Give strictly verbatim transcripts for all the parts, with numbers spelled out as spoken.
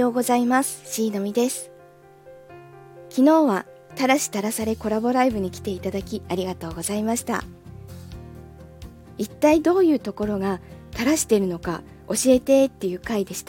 ようございます。しーのみです。昨日はたらしたらされコラボライブに来ていただきありがとうございました。一体どういうところがたらしているのか教えてっていう回でした。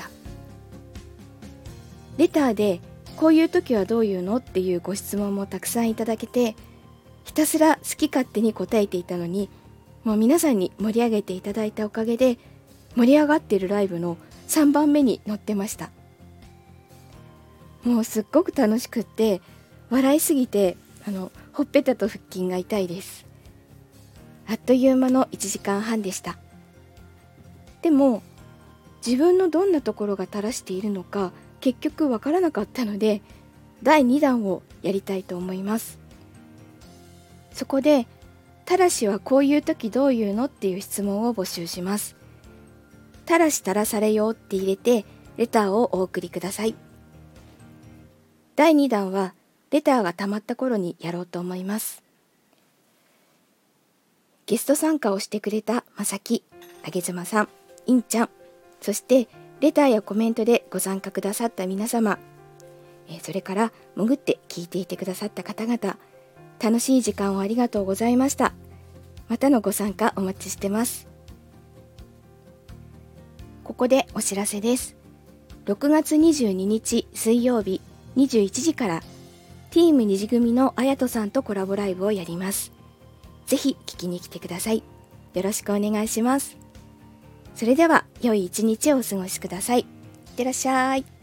レターでこういう時はどういうのっていうご質問もたくさんいただけて、ひたすら好き勝手に答えていたのに、もう皆さんに盛り上げていただいたおかげで盛り上がっているライブのさんばんめに載ってました。もうすっごく楽しくって笑いすぎてあのほっぺたと腹筋が痛いです。あっという間のいちじかんはんでした。でも自分のどんなところが垂らしているのか結局わからなかったので、だいにだんをやりたいと思います。そこでたらしはこういう時どういうのっていう質問を募集します。たらしたらされよって入れてレターをお送りください。だいにだんはレターが溜まった頃にやろうと思います。ゲスト参加をしてくれたまさき、あげずまさん、いんちゃん、そしてレターやコメントでご参加くださった皆様、えー、それから潜って聞いていてくださった方々、楽しい時間をありがとうございました。またのご参加お待ちしてます。ここでお知らせです。ろくがつにじゅうににち水曜日にじゅういちじからティームにじ組のあやとさんとコラボライブをやります。ぜひ聞きに来てください。よろしくお願いします。それでは良い一日をお過ごしください。いってらっしゃい。